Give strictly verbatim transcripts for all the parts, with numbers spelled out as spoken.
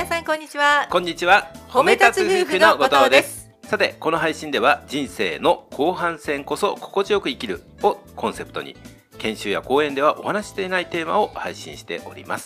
皆さんこんにちは。 こんにちは。 褒め立つ夫婦の後藤です。 さて、この配信では人生の後半戦こそ心地よく生きるをコンセプトに、研修や講演ではお話していないテーマを配信しております。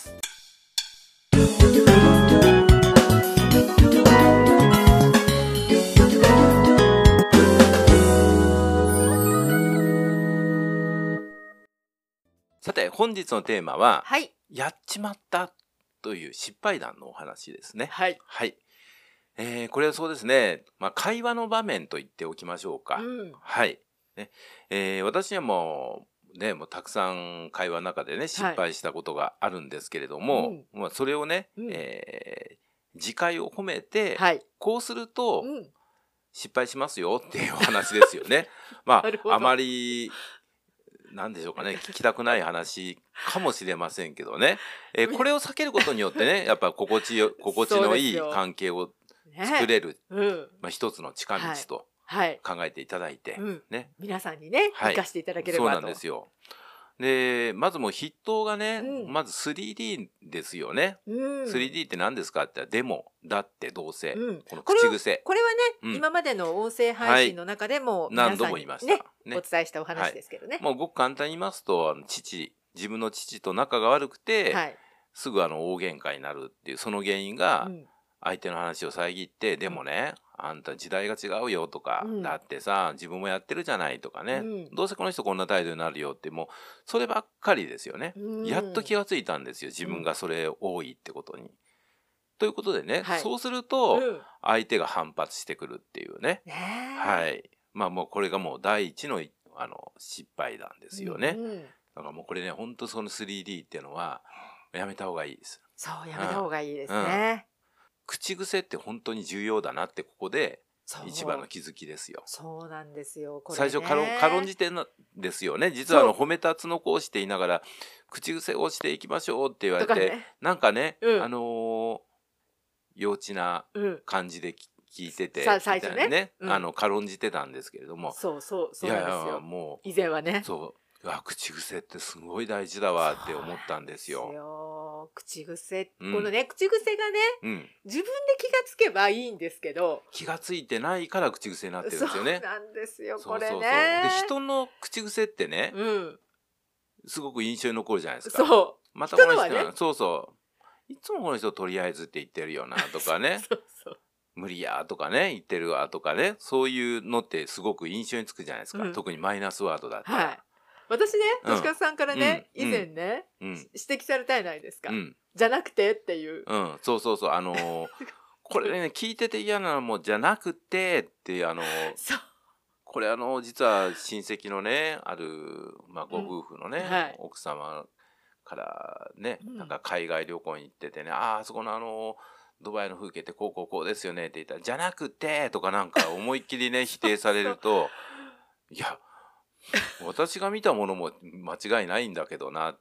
さて、本日のテーマは、 はい、 やっちまったという失敗談のお話ですね。 はい、 はい。えー、これはそうですね、まあ、会話の場面と言っておきましょうか。 うん、 はい、ねえー私はもうねもうたくさん会話の中でね失敗したことがあるんですけれども、 うんまあ、それをね、 うんえー自戒を褒めて、 はい、 こうするとうん、 失敗しますよっていうお話ですよね。まなるほどああまりなんでしょうかね、聞きたくない話かもしれませんけどね、えーこれを避けることによってねやっぱ心地よ心地のいい関係を作れる、 ね、うん、 まあ、一つの近道とはい考えていただいて、 うん、 ね、 皆さんにね、 はい生かしていただければと。 そうなんですよ。でまずもう筆頭がね、 うんまず スリーディー ですよね。 うん、 スリーディー って何ですかって言ったら、でも、だって、どうせ、 うんこのこれは口癖これはね、 うん今までの音声配信の中でも皆さんに、ね、 何度も言いましたねお伝えしたお話ですけどね。 もうごく簡単に言いますと、あの父自分の父と仲が悪くて、 はい、 すぐあの大喧嘩になるっていう、その原因がうん相手の話を遮って、でもねあんた時代が違うよとか、 うんだってさ自分もやってるじゃないとかね、 うんどうせこの人こんな態度になるよって、もうそればっかりですよね、 うんやっと気がついたんですよ、自分がそれ多いってことに。ということでね、 はいそうするとうん相手が反発してくるっていうね、 ねえはいまあもうこれがもう第一のあの失敗談ですよね、 うんうんだからもうこれね、ほんとその スリーディー っていうのはやめた方がいいです。 そうやめた方がいいですね。 口癖って本当に重要だなって、ここでそう一番の気づきですよ。 そうなんですよ。これね最初軽ん軽んじてんですよね。実はあのそ褒め立つの講師って言いながら口癖をしていきましょうって言われて、 とかねなんかね、 うんあのー幼稚なうん感じでき聞いてて、 さ最初ねみたいなね、 うんあの軽んじてたんですけれども、 そうそうそういやいなんですよ。 やも以前はねうそうあ口癖ってすごい大事だわって思ったんですよ。 そうなんですよ口癖、 うんこのね口癖がねうん、 自分で気がつけばいいんですけど、 気がついてないから口癖になってるんですよね。 そうなんですよこれそうそうそう。でね。 人の口癖ってね、 うんすごく印象に残るじゃないですか。 そまたこの人人のはねそうそういつもこの人とりあえずって言ってるよなとかうねそうそう無理やとかね言ってるわとかね、そういうのってすごく印象につくじゃないですか、 うん特にマイナスワードだったら。 はい私ねうんとしかさんからね、 うん以前ね、 うん指摘されたじゃないですか、 うんじゃなくてっていう、 うんそうそうそう、あのーこれね聞いてて嫌なのはもうじゃなくてってあのーそうこれあの実は親戚のねある、まあ、ご夫婦のね、 うんはい奥様からね、 うんなんか海外旅行に行っててね、ああそこのあのドバイの風景ってこうこうこうですよねって言ったら、じゃなくてとかなんか思いっきりね否定されるといや私が見たものも間違いないんだけどなって、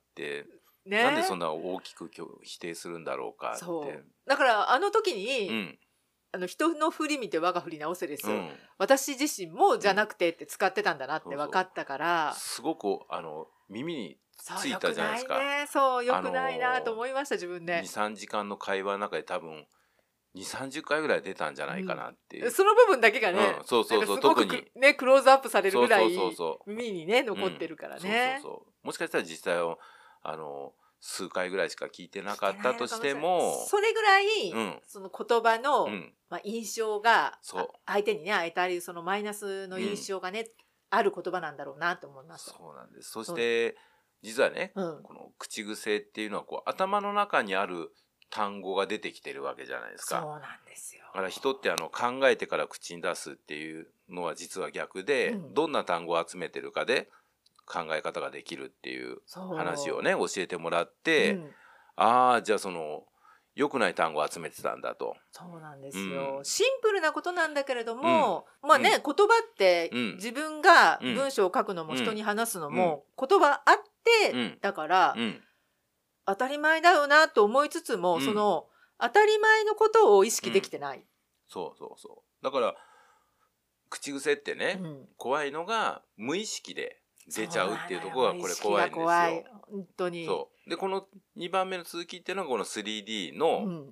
ねなんでそんな大きく否定するんだろうかって。 そうだからあの時に、 うんあの人の振り見て我が振り直せですよ、 うん、 私自身もじゃなくてって使ってたんだなってそうそう分かったから、 すごくあの耳にそうついたじゃないですか。 よくないね、そうよくないあのーなと思いました自分でに、さんじかんの会話の中で多分にじゅう、さんじゅっかいぐらい出たんじゃないかなっていう、 その部分だけがね、 うんそうそうそうなんかすごく特にねクローズアップされるぐらいそうそうそうそう耳にね残ってるからね、 そうそうそうもしかしたら実際はあの数回ぐらいしか聞いてなかったとしても、 それぐらい、 うんその言葉の、 うんまあ、印象がそうあ相手にね与えるそのマイナスの印象がね、ある言葉なんだろうなと思いました。 そうなんです。そして実はね、 うんこの口癖っていうのはこう頭の中にある単語が出てきてるわけじゃないですか。 そうなんですよ。 だから人ってあの考えてから口に出すっていうのは実は逆で、 うんどんな単語を集めてるかで考え方ができるっていうそう話をね教えてもらって、 うんああじゃあその良くない単語を集めてたんだと。 そうなんですよ、 うんシンプルなことなんだけれども、まあね、 うん言葉ってうん自分がうん文章を書くのも人に話すのも言葉あって、 うんだから、 うん当たり前だよなと思いつつも、 うんその当たり前のことを意識できてない。 そうそうそうだから口癖ってね、 うん怖いのが無意識で出ちゃうっていうところがこれ怖いんですよ。 怖い本当に。 そうでこのにばんめの続きっていうのがこの スリーディー の、 うん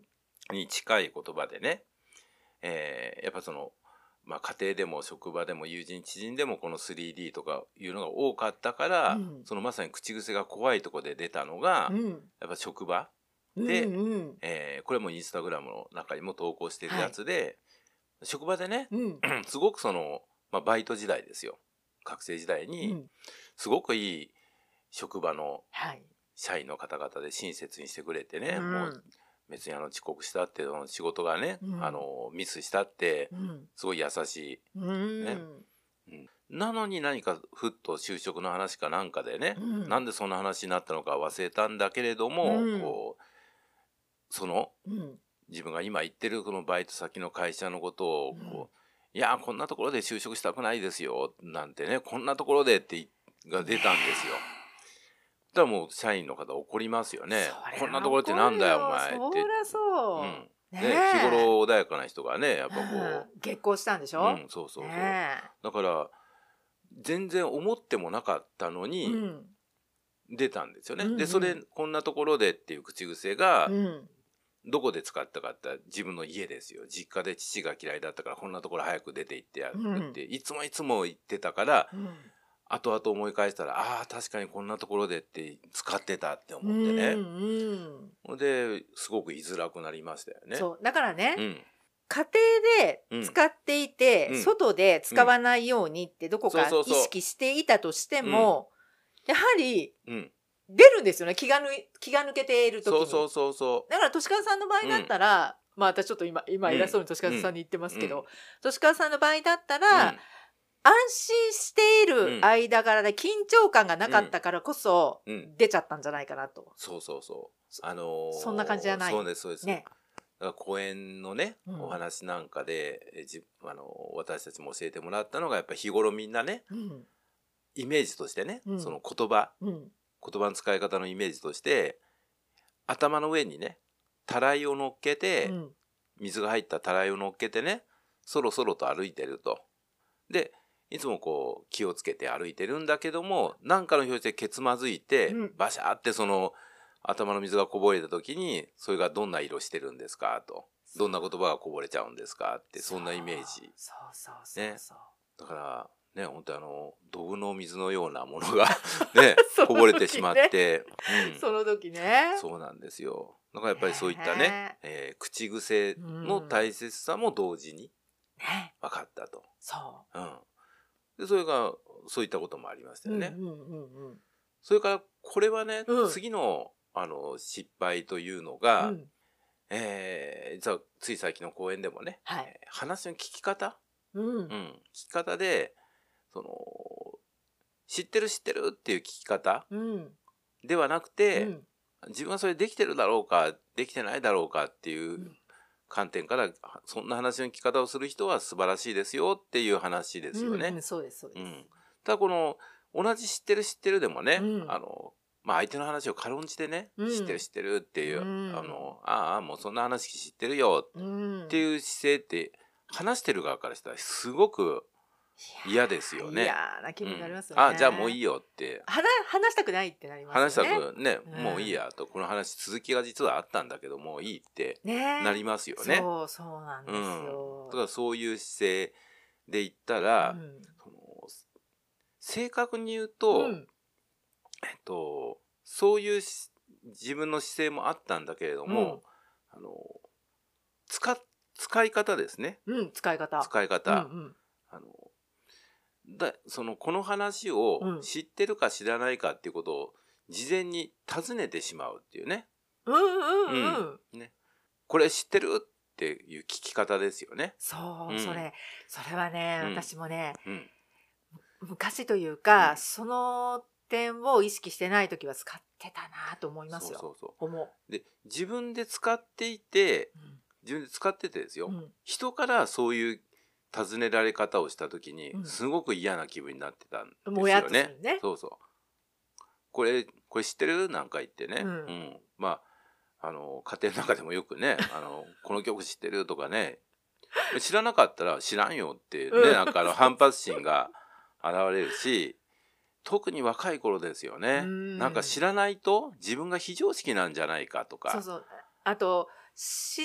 に近い言葉でね、えーやっぱその、まあ、家庭でも職場でも友人知人でもこの スリーディー とかいうのが多かったから、 うんそのまさに口癖が怖いところで出たのが、 うんやっぱ職場うんで、 うんえーこれもインスタグラムの中にも投稿してるはいやつで、職場でね、 うんすごくその、まあ、バイト時代ですよ。学生時代うに、 んすごくいい職場のはい社員の方々で親切にしてくれてね、 うんもう別にあの遅刻したってその仕事がね、 うんあのミスしたってうんすごい優しうんねい、うん、なのに何かふっと就職の話かなんかでね、 うんなんでそんな話になったのか忘れたんだけれども、 うんこうそのうん自分が今行ってるこのバイト先の会社のことをうんこう、いやこんなところで就職したくないですよなんてね、こんなところでってが出たんですよ。だからもう社員の方怒りますよね。 そりゃこんなところってなんだよお怒る前って。 そりゃそううん。 ねね、 え日頃穏やかな人がね、やっぱこうん月光したんでしう、 ょうん、そうそうそう。 ねだから全然思ってもなかったのえうにん出たんですよね。 うんうんで、それこんなところでっていう口癖がうんどこで使ったかって自分の家ですよ。実家で父が嫌いだったからこんなところ早く出て行ってやるって、いつもいつも言ってたから、 うん後々思い返したら、ああ確かにこんなところでって使ってたって思ってうね。 んうんですごく言いづらくなりましたよね。 そうだからね、 うん。 家庭で使っていて、 うん外で使わないようにってどこか意そうそうそう識していたとしても、やはりうん。 出るんですよね、気がぬ気が抜けている時に。 そうそうそうそだから敏川さんの場合だったら、まあ私ちょっと今今うん偉そうに敏川さんに言ってますけど、 うん敏川さんの場合だったう。 ら、 うん安心している間柄で緊張感がなかったからこそうん。 出ちゃったんじゃないかなと。 そうそうそう。あのーそんな感じじゃないそうですそうです。 ね。 だから講演のね、 うんお話なんかでえじあの私たちも教えてもらったのがやっぱり日頃みんなねうんイメージとしてね、 うんその言葉うん言葉の使い方のイメージとして頭の上にねたらいを乗っけて、 うん水が入ったたらいを乗っけてねそろそろと歩いてると。でいつもこう気をつけて歩いてるんだけども何かの拍子でけつまずいて、 うんバシャーってその頭の水がこぼれた時にそれがどんな色してるんですかと、どんな言葉がこぼれちゃうんですかって、そんなイメージそうそうそうそう、 だからね、本当にあのドブの水のようなものがねその時ねこぼれてしまって、うん、 その時ね。 そうなんですよ。だからやっぱりそういったね、えー口癖のうん大切さも同時にね、 分かったと。 そうん、でそれがそういったこともありましたう。 よね。 うんうんうんうんそれからこれはね、 うん次のあの失敗というのが、 うんえー実はつい最近の講演でもね、 はいえー話の聞き方、 うんうん、聞き方でその知ってる知ってるっていう聞き方うんではなくうて、 ん自分はそれできてるだろうかできてないだろうかっていううん観点から、そんな話の聞き方をする人は素晴らしいですよっていう話ですよね。 うんうんそうですそうです。 うんただこの同じ知ってる知ってるでもね、 うんあのまあ相手の話を軽んじてね、 うん知ってる知ってるっていう、 うんあのああもうそんな話知ってるようんっていう姿勢って話してる側からしたらすごく嫌ですよね。 嫌な気分になりますよね。 うんあじゃあもういいよって話話したくないってなりますよね。 話したくね、 うんもういいやと、この話続きが実はあったんだけどもういいってねなりますよね。 そうそうなんですよ。 だからそういう姿勢で言ったら、 うんその正確に言うと、 うんえっと、そういうし自分の姿勢もあったんだけれども、あの使使い方ですね。 うん使い方。 使い方。 うんうんあのだそのこの話をうん知ってるか知らないかっていうことを事前に尋ねてしまうっていうね。 うんうんうん。 ねこれ知ってるっていう聞き方ですよね。 そう、 うんそれそれはね、 うん私もねうん昔というか、 うんその点を意識してない時は使ってたなと思いますよ。 そうそうそ思う。 う。で自分で使っていてうん自分で使っててですよ、 うん人からそういう尋ねられ方をした時にうんすごく嫌な気分になってたんですもやっとすよね。 るね。 そうそう。これこれ知ってるなんか言ってね、 うんまああの家庭の中でもよくねあのこの曲知ってるとかね知らなかったら知らんよってね、 うんなんかあの反発心が現れるし、特に若い頃ですよね。 うんなんか知らないと自分が非常識なんじゃないかとか。 そうそう。あと知っ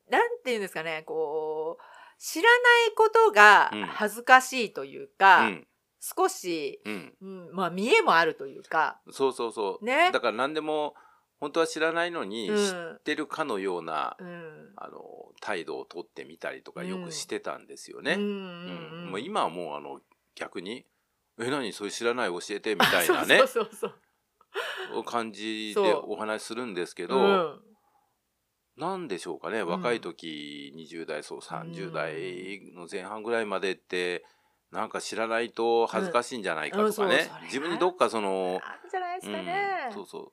なんていうんですかね、こう知らないことがうん恥ずかしいといううか、 ん少し、 うんうん、まあ見栄もあるというか、 そうそうそうね。 だから何でも本当は知らないのうに知っん、 てるかのようなうん、 あの態度をとってみたりとかよくしてたんですようん、うね。うんもうん、うん。 今はもうあの逆に「え何それ知らない教えて」みあ、そうそうたいなねそうそう。 感じでそお話しするんですけう。うど、 ん。 なんでしょうかね、若いうん。 時にじゅう代、そううさんじゅうん。 代の前半ぐらいまでって、なんか知らないと恥ずかしいんじゃないかうん、そう、そとかね、 れ自分にどっかそあの、 あんじゃないですかうん、そね。 うそう。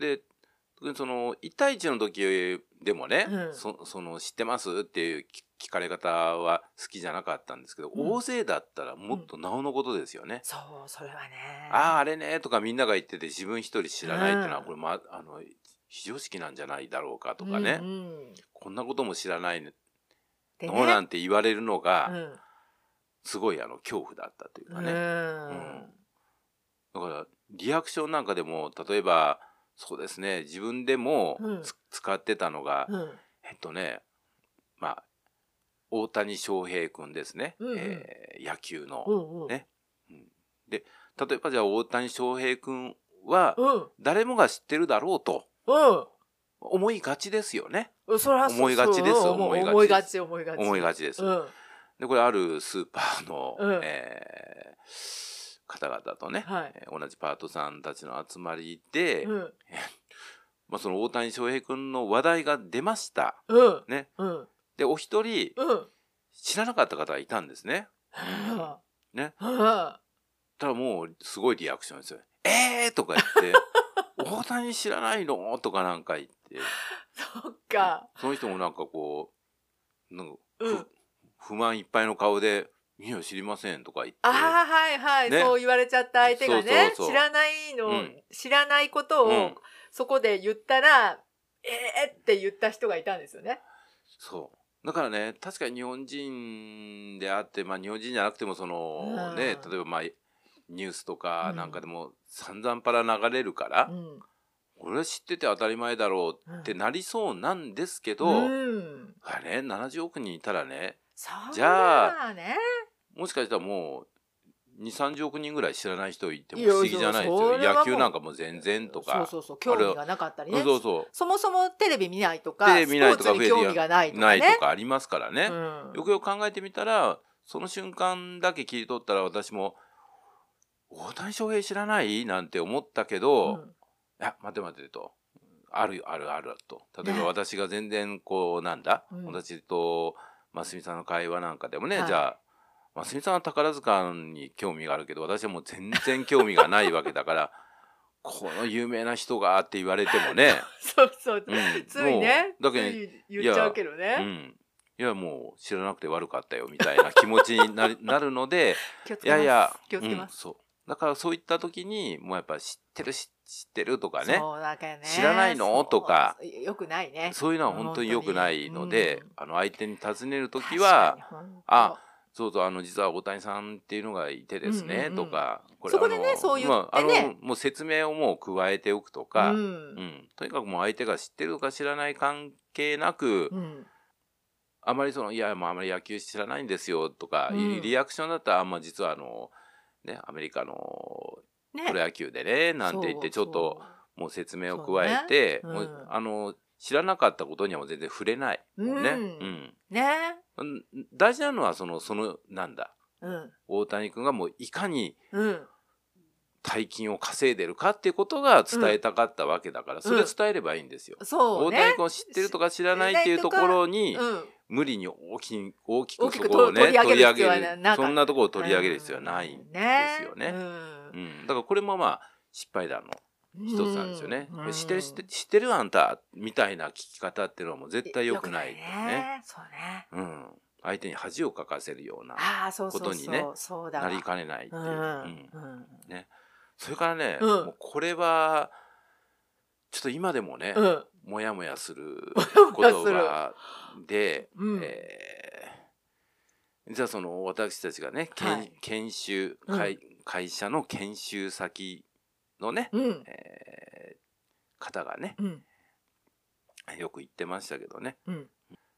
で、特にそのいち対いちの時でもね、 うん。 そその知ってますっていう聞聞かれ方は好きじゃなかったんですけど、 うん。 大勢だったらもうん。 っとなおのことですよね。 そう、それはああ、 ね。 あれねとかみんなが言ってて自分一人知うらないっていうのは、こん。 れ、ま、あの、非常識なんじゃないだろうかとうんかね。 うん。 こんなことも知らないでね。 のなんて言われるのが、 うん。 すごいあの恐怖だったといううかね。うん。 ん。 だからリアクションなんかでも、例えば、そうですね、自分でもうん。 つ使ってたのが、 うん。 えっとね、まあ、大谷翔平君ですね。 うんうん。 えー野球の。 うんうん。 ね。うん、で、例えばじゃあ大谷翔平君は、 うん。 誰もが知ってるだろうとうん。 思いがちですよね。 それはそ思いがそう、 ちです。 うん、思思いうがちです。 思いがち思いが思いがち。 ちです。 うん。 で、これあるスーパーの、 うん。 えー方々とね、 はい。 えー同じパートさんたちの集まりで、 うん。 まあ、その大谷翔平君の話題が出ました。 うん。 ね。 うん。 で、お一人、 うん。 知らなかった方がいたんですね。うん。 はね。 あ。はあ。 ただもう、すごいリアクションですよ。えーとか言って、大谷知らないのとかなんか言って、 そっか。 その人もなんかこう、なんか不うん。 不満いっぱいの顔で、いや、知りませんとか言っああ、 て、 はいはい。 ね。 そう言われちゃった相手そうそうがね、知そらないう。うのん。 知らないことをうん。 そこで言ったら、「ええ！」って言った人がいたんですよね。 そう。だからね、確かに日本人であって、まあ、日本人じゃなくてもそうのね、例えん。 ば、まあ、ニュースとうかなんかでん。 も散々パラ流れるから、 うん。 これは知ってて当たり前だろうってうん。 なりそうなんですけうど、 ん。 あれね、ななじゅうおく人いたらね、 そじゃあ、 らあね。 もしかしたらもうに、さんじゅうおく人ぐらい知らない人いていや、 も不思議じそう、 ゃないですよ。 それ野球なんはもかも全然とう、そうか、 そうそう、 あれは、 興味がなかったりそうね。 そうそう。 そもそもテレビ見ないとテか、スポーレビ見ないとツに興味か増えてやがないとないかね。 とかありますからうね。よくん。 よく考えてみたら、その瞬間だけ切り取ったら私も、大谷翔平知らないなんて思ったけど、 うん。 いや、待て待てと。あるよ、あるあると。例えばね。 私が全然こう、なんだ、 うん。 私とますみさんの会話なんかでもね、じはい。 ゃあ、ますみさんは宝塚に興味があるけど、私はもう全然興味がないわけだから、この有名な人がって言われてもね、 そうそう。 うん、 ついもね、 う、だけど、 ついい言っちゃうや、 けどね。 うん、いや、もう知らなくて悪かったよみたいな気持ちになりなるので、 気をついけます。 やいや、 気をうん、 つけます。 そう。だからそういった時に、もうやっぱ知ってるし知ってるとかね、 そうだけど知らないね。 のとそう、 か、 そ良くないね。 そういうのはうん、 本当にほんとに。 良くないうので、 ん。 あの相手に尋ねる時確かに、 は、 ほんあ、 と。 そうそう、あの実は大谷さんっていうのがいてうんですねうんうん。 とか、これそこでね、 あの、 そう言っまあ、あの、 てね。 もう説明をもう加えておくとうか、うん。 ん、とにかくもう相手が知ってるとか知らない関係なく、 うん。 あまりその、いや、もうあまり野球知らないんですよとか、いうん。 リアクションだったら、あんま実はあの、ね、アメリカのプロね。 野球でね、なんて言っそうてちょっとそう。 もう説明を加えそうね。 て、もううん。 あの、知らなかったことにはもう全然触れない。 うもうね。うん。 ん。 ね。 うん大事なのはその、その、なんだ、 うん。 大谷君がもういかにうん。 大金を稼いでるかっていうことがうん。 伝えたかったわけだから、それうん。 伝えればいいんですよ。 そうね。 大谷君を知ってるしとか知らないっないていうとことか、 ろに、 うん。 無理に大きに大きくそ大きくこをね、 と取り上げ取り上る必要はなげる、そなかった。 んなところをう取り上げる必要はないんん。 ですね。うよね。 ん。 うん。だからこれもまあ、失敗談のう一つなんですよん。 ね。これ知ってる知ってうん。 知ってるあんたみたいな聞き方っていうのはもう絶対良良くないくないとね。 ね。そうね。 うん。相手に恥をかかせるようなああ、そうことにね、 そうそう。そうだなりわ。 かねないっていう。ううん。 ん。 うん。 ね。それからね、 うん。 もうこれは、ちょっと今でもね、 うん。 もやもやするも言やもやする。 葉で、 うん。 えー、じゃあその私たちがね、研はい。 研修、 うん。 会会社の研修先のね、 うん。 えー方がね、 うん。 よく言ってましたけどね、 うん。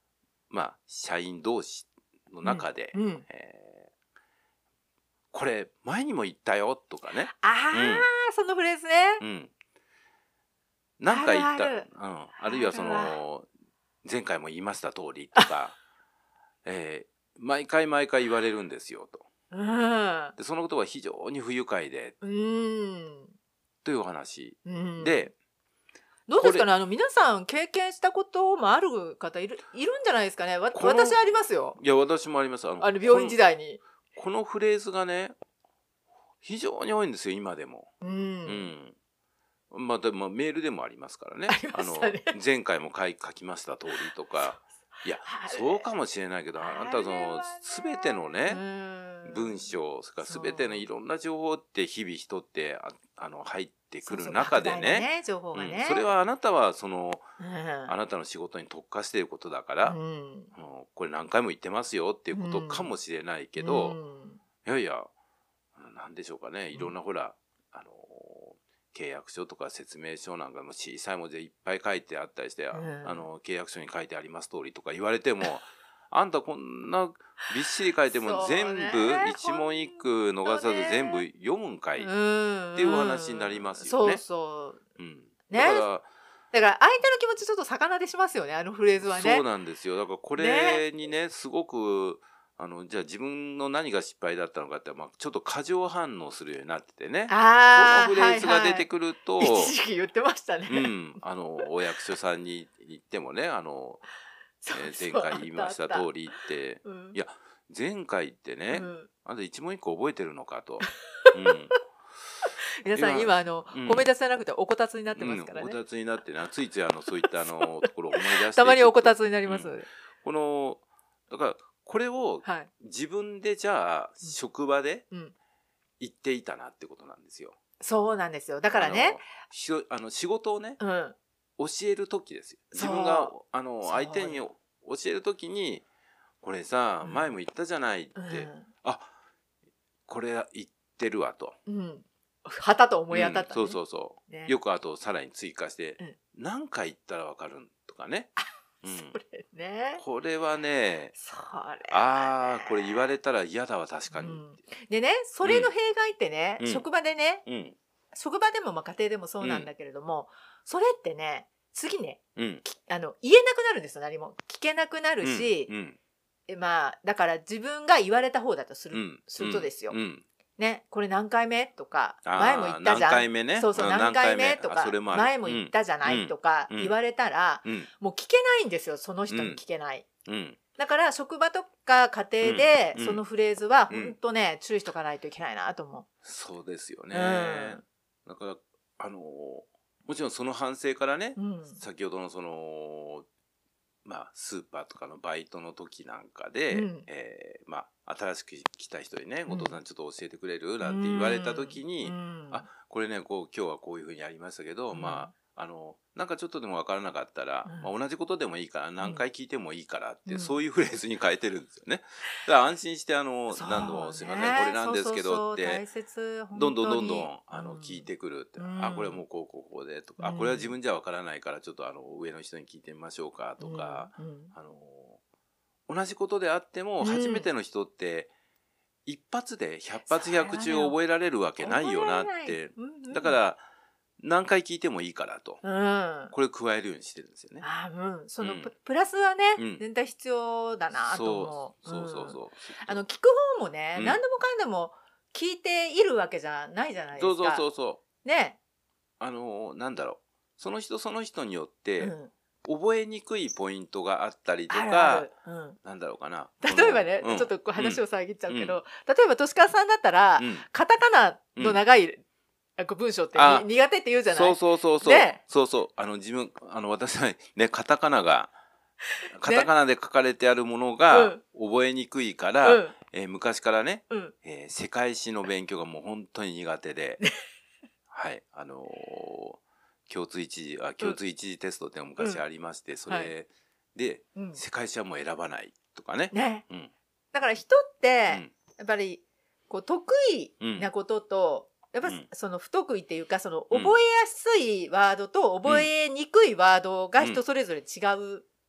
まあ社員同士の中で、 うんうんえーこれ前にも言ったよとかね、 ああ、そのフレーズね。 うん、何回言った、 あるうん、あるいはそあるの前回も言いました通りとか、えー毎回毎回言われるんですよと。 うんでそのことは非常に不愉快でうんというお話うんで、 どうですかね、 これあの皆さん経験したこともある方いるいるんじゃないですかね。わこの私ありますよ。 いや私もあります。あのあの病院時代に。 このこのフレーズがね非常に多いんですよ今でも。 う。 うんんまあでもメールでもありますからね。 ありましたねあの前回も書い書きました通りとか、いやあれそうかもしれないけど、あなたその全てのねうん文章、それからそう全てのいろんな情報って日々人ってああの入ってくるそうそう中で莫大なね、 情報がね。 うん、それはあなたはそのうんあなたの仕事に特化していることだから、 うんうんこれ何回も言ってますよっていうことかもしれないけど、いやいやなんでしょうかね、いろんなほら、あのー契約書とか説明書なんかも小さい文字でいっぱい書いてあったりして、 うんあの契約書に書いてあります通りとか言われてもあんたこんなびっしり書いても全部一問一句逃さず全部読むんかい、 うんっていうお話になりますよね。 そうそううん、 ねだからだから相手の気持ちちょっと逆なでしますよね、あのフレーズはね。 そうなんですよ。だからこれにねすごくあのじゃあ自分の何が失敗だったのかって、まあ、ちょっと過剰反応するようになっててね、 あこのフレーズが出てくると、 はいはい、一時期言ってましたね。 うん、あのお役所さんに行ってもね、あの、 そうえーそう前回言いましたあったあっ通りってたうんいや前回ってね、 うんあんた一問一句覚えてるのかと、うん皆さん今今あの、 うん褒め出せなくておこたつになってますからね。 うん、おたつになってなついついあのそういったあのところを思い出していくたまにおこたつになります。 うんこのだからこれをはい。 自分でじゃあ職場でうん。 言っていたなってことなんですよ。 そうなんですよ。だからね。 あのしあの仕事をねうん。 教える時ですよ。自分そうがあのそう相手に教える時にこれさ、 うん前も言ったじゃないって、あこれ言ってるわと。 うん。うん。旗と思い当たった、ねうんそうそうそう、 ねよくあとさらに追加して、 うん何回言ったらわかるんとかね、うん、 それね。 これはねそれはね。 あーこれ言われたら嫌だわ確かに、 うんでね、それの弊害ってね、 うん職場でね、 うん職場でもまあ家庭でもそうなんだけれども、それってね、次ね、 うんきあの言えなくなるんですよ。何も聞けなくなるし、 うんうんえまあだから自分が言われた方だとする、 うんするとですよ。 うんね、これ何回目とかあー前も言ったじゃん。 何回目ねそうそううん何回目何回目とかあそれもある前も言ったじゃない、 うんとかうん言われたら、 うんもう聞けないんですよ。その人に聞けない。 うんだから職場とか家庭でうんそのフレーズはうん本当ね、注意しとかないといけないなと思そうですよね、 うんだからあのもちろんその反省からね、 う。うん。 先ほどのそのまあスーパーとかのバイトの時なんかで、 うんえーまあ新しく来た人にね「 うん後藤さんちょっと教えてくれる?」なんて言われた時に「 うんあこれねこう今日はこういうふうにやりましたけど、 うんまああのなんかちょっとでも分からなかったら、 うんまあ、同じことでもいいから何回聞いてもいいからって、 うんそういうフレーズに変えてるんですよね。だから安心してあのそう何度も「すいませんねこれなんですけど」ってそうそうそう大切どんどんどんど本んあの当に聞いてくるって、 うんあこれはもうこうこうこうでとか、 うんあこれは自分じゃわからないからちょっとあの上の人に聞いてみましょうかとか、 うんうんあの同じことであってもうん初めての人って一発で百発百中覚えられるわけないよなっ覚えられて、 ないうんうんだから何回聞いてもいいからと、 うんこれ加えるようにしてるんですよね。 あうん、そのうんププラスはね、 うん全体必要だなと思う。 そうそうそうそう、 んあの聞く方もね、 うん何でもかんでも聞いているわけじゃないじゃないですか。 そうそうそうそうね。 あのなんだろうその人その人によって、 うん覚えにくいポイントがあったりとあるかあるうんなんだろうかな例えばね、 うんちょっとこう話をを遮っちゃうけど、例えばとしかさんだったら、 うんカタカナの長い、あこう文章ってにあ苦手って言うじゃない。 そうそうそうそう、 ねそうそうあの自分あの私はねカタカナがカタカナで書かれてあるものが覚えにくいから、 うんえー昔からね、 うんえー世界史の勉強がもう本当に苦手ではいあのー共通一次あ共通一次テストっていうのが昔ありまして、それ、 はいでうん世界史はもう選ばないとかね。 ね。 うんだから人って、 うんやっぱりこう得意なことと、やっぱうんその不得意っていうかそのうん覚えやすいワードと覚えにくいワードが人それぞれ違う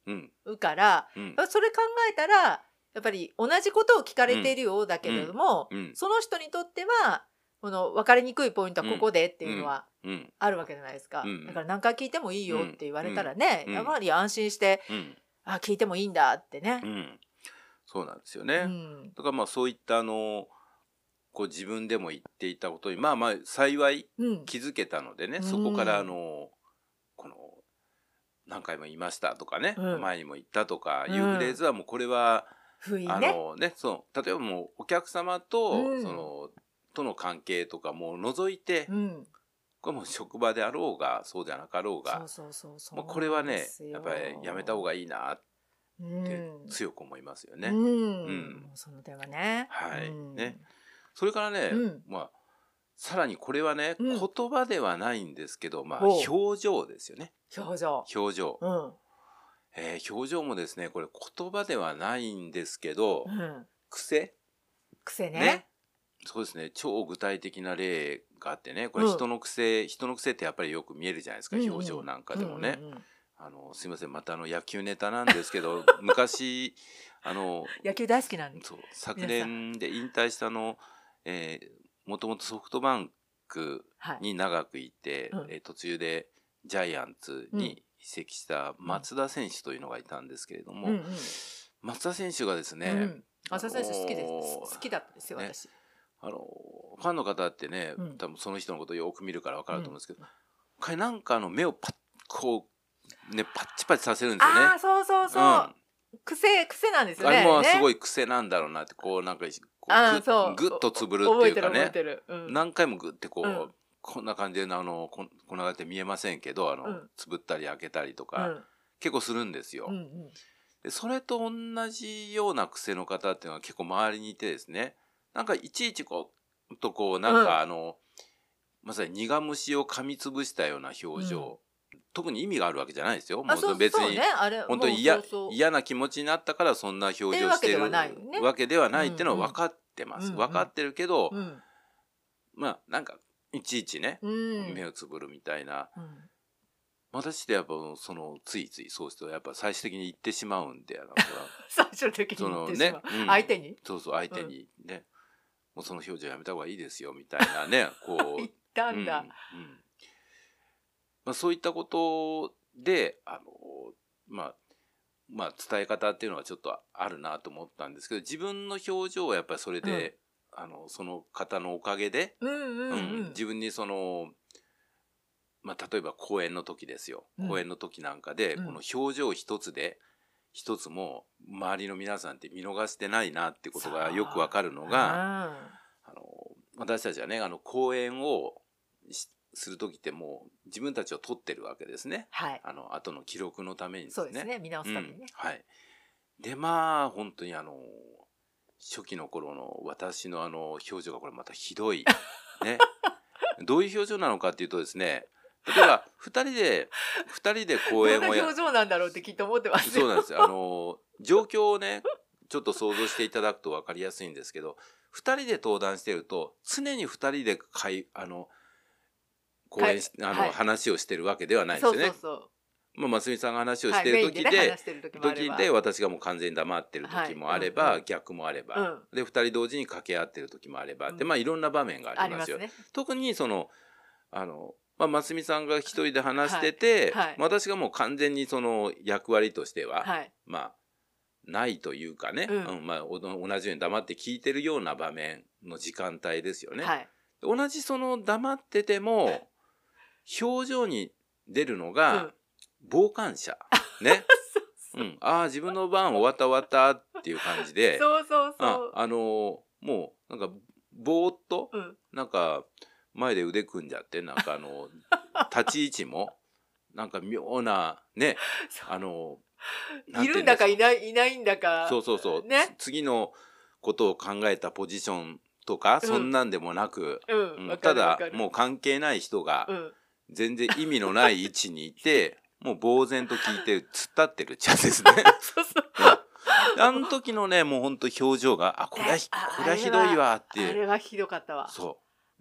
うんうから、 うんそれ考えたらやっぱり同じことを聞かれているようだけれども、 うんその人にとってはこの分かりにくいポイントはここでっていうのはうんあるわけじゃないですか、 うんだから何回聞いてもいいよって言われたらね、 うんやはり安心して、 うんあ聞いてもいいんだってねう、んそうなんですようね。 んだからまあそういったあのこう自分でも言っていたことにまあまあ幸いうん気づけたのでね、 うんそこからあのこの何回も言いましたとかね、 うん前にも言ったとかいううんフレーズはもうこれは、あ不意ね、 のねそう例えばもうお客様と、 うんそのとの関係とかも除いて、 うん、 これもう職場であろうがそうじゃなかろうが、 そうそうそうそうもうこれはねなんですよやっぱりやめた方がいいなっうてん強く思いますよね。 うんうんもうその点はねはいうんねそれからね、 うんまあさらにこれはね、 うん言葉ではないんですけど、まあほう表情ですよね。 表情表情、 うんえー表情もですねこれ言葉ではないんですけど、 うん癖癖ねねそうですね超具体的な例があってねこれうん人の癖、人の癖ってやっぱりよく見えるじゃないですか、 うんうん表情なんかでもね、 うんうんうんあのすいませんまたあの野球ネタなんですけど昔あの野球大好きなんですそう昨年で引退したあの、えーもともとソフトバンクはいに長くいて、 うんえー途中でジャイアンツに移籍した松田選手というのがいたんですけれども、 うんうん松田選手がですね、 うん浅田選手好きです、 あのー好きだったですよ、 ね私。 あのファンの方ってね、 うん多分その人のことをよく見るから分かると思うんですけど、 うん彼なんかあの目をパッこうねパッチパチさせるんですよね。 ああ、そうそうそう。 うん癖癖なんですよね。 あれもすごいい癖なんだろうなってこうなんかこあーうそうぐぐっとつぶるって覚えてるいうかね覚えてる。うん何回もグってこう、 うんこんな感じであのこんこんな感じで見えませんけどあの、 うんつぶったり開けたりとか、 うん結構するんですよ。 うんうんでそれと同じような癖の方っていうのは結構周りにいてですねなんかいちいちこうとこうなんうんかあの、まさに苦虫を噛みつぶしたような表情、特に意味があるわけじゃないですよ。もあ、そうう別にそうね、あれ本当に嫌もうそうそう嫌な気持ちになったからそんな表情してるっていうわけではないよねわけではないっていうのは分かってます。 うんうん分かってるけど、 うんまあなんかいちいちね、 うん目をつぶるみたいなうん私ってやっぱそのついついそうするとやっぱ最終的に言ってしまうんでなんか最初の時にそ言ってしのねまう、 うん相手にそうそう相手にね、もうその表情やめた方がいいですよみたいなねこう言ったんだ。 うんうんまあ、そういったことであの、まあ、まあ伝え方っていうのはちょっとあるなと思ったんですけど自分の表情はやっぱりそれで、あのその方のおかげで、 うんうんうんうん自分にその、まあ、例えば講演の時ですよ、 うん講演の時なんかで、 うんこの表情一つで一つも周りの皆さんって見逃してないなってことがよくわかるのが。あの私たちはねあの講演をしする時ってもう自分たちを撮ってるわけですね。 はい、 あの後の記録のためにですね。 そうですね、見直すためにねうん。はい。でまあ本当にあの初期の頃の私のあの表情がこれまたひどいね。どういう表情なのかっていうとですね。例えばふたりでふたりで講演をやどんな表情なんだろうってきっと思ってますよ。 そうなんですよ。あの状況をねちょっと想像していただくと分かりやすいんですけどふたりで登壇してると常にふたりで会あの講演しあの、 はい話をしてるわけではないんでそうすよね。 そうそう。 まあ、ますみさんが話をはい、 してる時で,、 メインでね話してる時もあれば時で私がもう完全に黙ってる時もあれば、 はいうんうん逆もあれば、 うんでふたり同時に掛け合ってる時もあれば、 うんでまあいろんな場面があありまよ。 りますすね。 特にそのあの、まあ、ますみさんが一人で話してて、 はいはい私がもう完全にその役割としては、 はい。 まあないというかね、 うんうんまあ、お同じように黙って聞いてるような場面の時間帯ですよね。 はい。 同じその黙ってても表情に出るのが傍観者、ね、うん、ああ自分の番終わった終わったっていう感じでそうそうそあう。 あのーもうなんかぼーっとうん。 なんか前で腕組んじゃってなんかあの立ち位置もなんか妙なねあのいるんだかいなないいないんだか。 そうそうそう、 ね。 つ次のことを考えたポジションとか、 うんそんなんでもなく、 うん。 うんわかただるわかる。 もう関係ない人がうん。 全然意味のない位置にいてもう呆然と聞いて突っ立ってるっちゃですね。 そうそう。 あの時のねもうほんと表情があこれはひあこれはひどいわっあれてはひどかったわ。 そう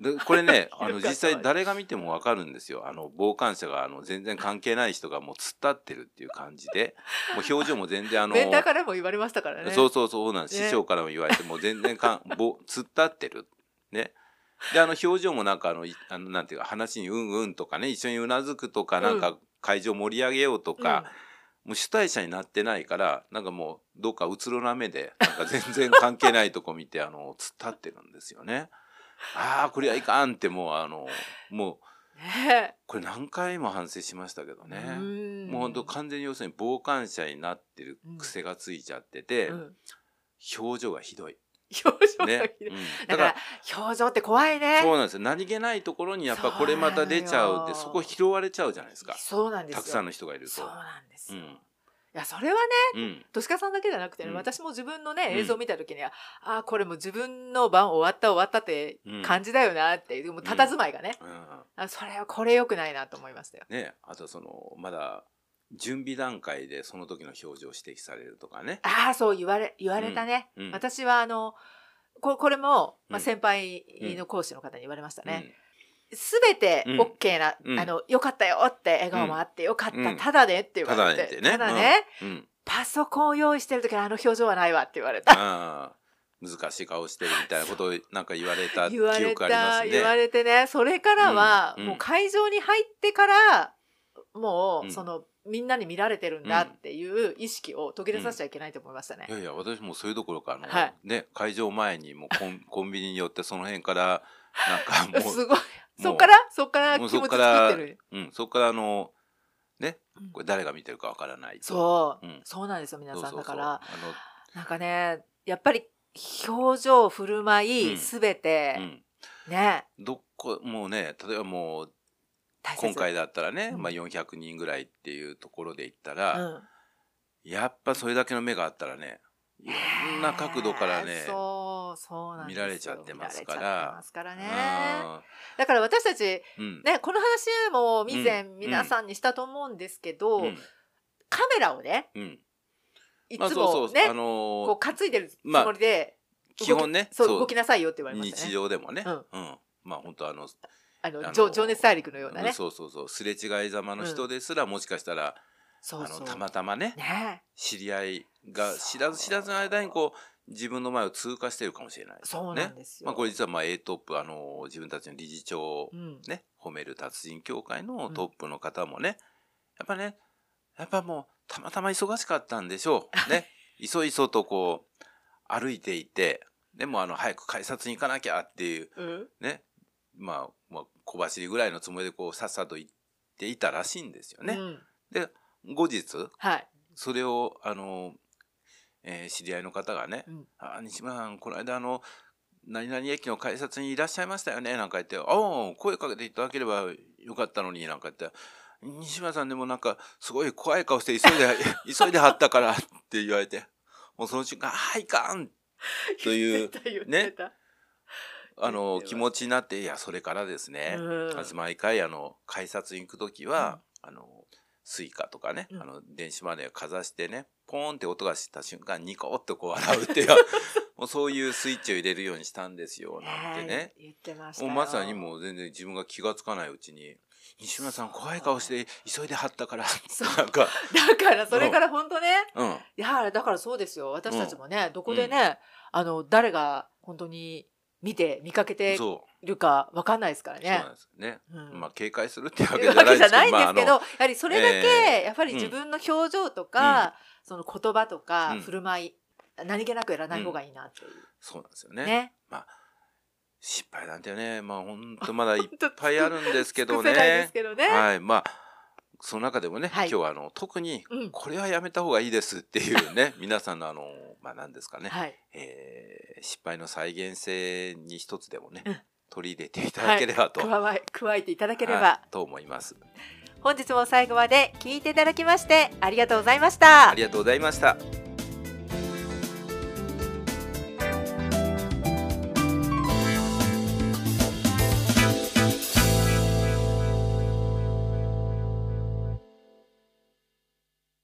でこれねあのよかった実際誰が見ても分かるんですよ。あの傍観者があの全然関係ない人がもう突っ立ってるっていう感じで、もう表情も全然あのメンターからも言われましたからね。 そうそうそうなんです、 ね師匠からも言われてもう全然かんぼ突っ立ってるね。であの表情もなんかあのいあのなんていうか話にうんうんとかね、一緒にうなずくとか、 うんなんか会場盛り上げようとか、 うんもう主体者になってないから、なんかもうどっかうつろな目でなんか全然関係ないとこ見てあの突っ立ってるんですよね。ああこれはいかんってもうあのもうねこれ何回も反省しましたけどえね。 うんもう本当完全に要するに傍観者になってる癖がついちゃってて、 うん表情がひどい。 表情がね、 ひどいうん、 だから表情って怖いね。 そうなんですよ。何気ないところにやっぱこれまた出ちゃうって、 そうなのよそこ拾われちゃうじゃないですか。 そうなんですよ。 たくさんの人がいると。 そうなんですよ。 うん、 いやそれはね、 うん、 としかさんだけじゃなくてね、 うん私も自分のねうん映像を見た時には、ああこれもう自分の番終わった終わったって感じだよなっていう、もう佇まいがね、 うん、 あそれはこれ良くないなと思いましたよ。 ね、あとそのまだ準備段階でその時の表情を指摘されるとかね。 ああそう言われ言われたね。 うんうん私はあのここれも、まあ、 うん先輩の講師の方に言われましたね。 うんすべて OK な、 うんあのよかったよって笑顔もあってよかった、 うんただねって言われて、 ただねってねただね、 うんうんパソコンを用意してる時はあの表情はないわって言われた。 あー難しい顔してるみたいなことをなんか言われた記言われ憶ありまた、 すね。 言われてね、それからは、 うんもう会場に入ってからもう、 うんそのみんなに見られてるんだっていう意識を途切れさせちゃいけないと思いましたね。 いやいや私もそれどころかあの、 はいね、会場前にもうコンコンビニに寄ってその辺からなんかもうすごい。 もうそっからそっからもう気持ちそっから作ってる。 うん、そこからあのねうんこれ誰が見てるかわからないと。 そう、 うんそうなんですよ皆さん。 そうそうそうだからあなんかね、やっぱり表情振る舞うんいすべて、 の、うん、 ねどっこもうね例えばもう大切。 今回だったらね、 うんまあ、よんひゃくにんぐらいっていうところで言ったうら、 ん、 やっぱそれだけの目があったらねいろんな角度からね、 そうそうなんですよ。 見られちゃってますから見られちゃってますからね。 あだから私たちーうんね、この話も以前うん皆さんにしたと思うんですけど、 うんカメラをねうんいまあつもね、 あのーこう担いでるつもりで、 基本ねそうそう動きなさいよって言われました日ね。 常でもね、 ううんんまあ本当あのあのあの情情熱大陸のようなね。 そうそうそうすれ違いざまの人ですら、もしかしたらそうそうあのたまたまねね、 知り合いが知らず知らずの間にこう自分の前を通過してるかもしれないですそうなんですよ。 まあ、これ実はまあ A トップあの自分たちの理事長をうん、 ね、褒める達人協会のトップの方もね、やっぱねやっぱもうたまたま忙しかったんでしょうねいそいそとこう歩いていてでもあの早く改札に行かなきゃっていううん、 ねまあ、まあ、小走りぐらいのつもりでこうさっさと行っていたらしいんですよね。 うん、 で後日はい、 それをあの、えー知り合いの方がねうん、 「あ西村さんこの間あの何々駅の改札にいらっしゃいましたよね」なんか言って「ああ声かけていただければよかったのに」なんか言って「西村さんでもなんかすごい怖い顔して急いで急いではったから」って言われてもうその瞬間「ああいかん!」という絶対言ってたあの言ってます気持ちになっていやそれからですね、 うん私毎回あの改札に行く時は、あのスイカとかね、 うんあの電子マネーをかざしてねポーンって音がした瞬間ニコッとこう笑うっていうもうそういうスイッチを入れるようにしたんですよなんてね、 ね言ってましたよ。 もうまさにもう全然自分が気がつかないうちに西村さん怖い顔して急いではったからそうなんかだからそれから本当ね、 うんいやだからそうですよ。私たちもね、どこでね、あの誰が本当に見て見かけてそうるかわかんないですからそうなね。 んですね、 うんまあ警戒するっていうわけいうじゃないですけどわけじゃないんですけど、 まああのやはりそれだけ、 えーやっぱり自分の表情とか、その言葉とか、 うん振る舞い何気なくやらない方がいいなっていう、 そうなんですよねね。 まあ失敗なんてねまあ本当まだいっぱいあるんですけど尽くせないでねすけどね。 はいまあその中でもね、 はい今日はあの特にうんこれはやめた方がいいですっていうね皆さんのあのまあ何ですかね、 はい。 えー失敗の再現性に一つでもね、 うん取り入れていただければと、 加え加えていただければ、 はいと思います。 本日も最後まで聞いていただきましてありがとうございましたあ。りがとうございました。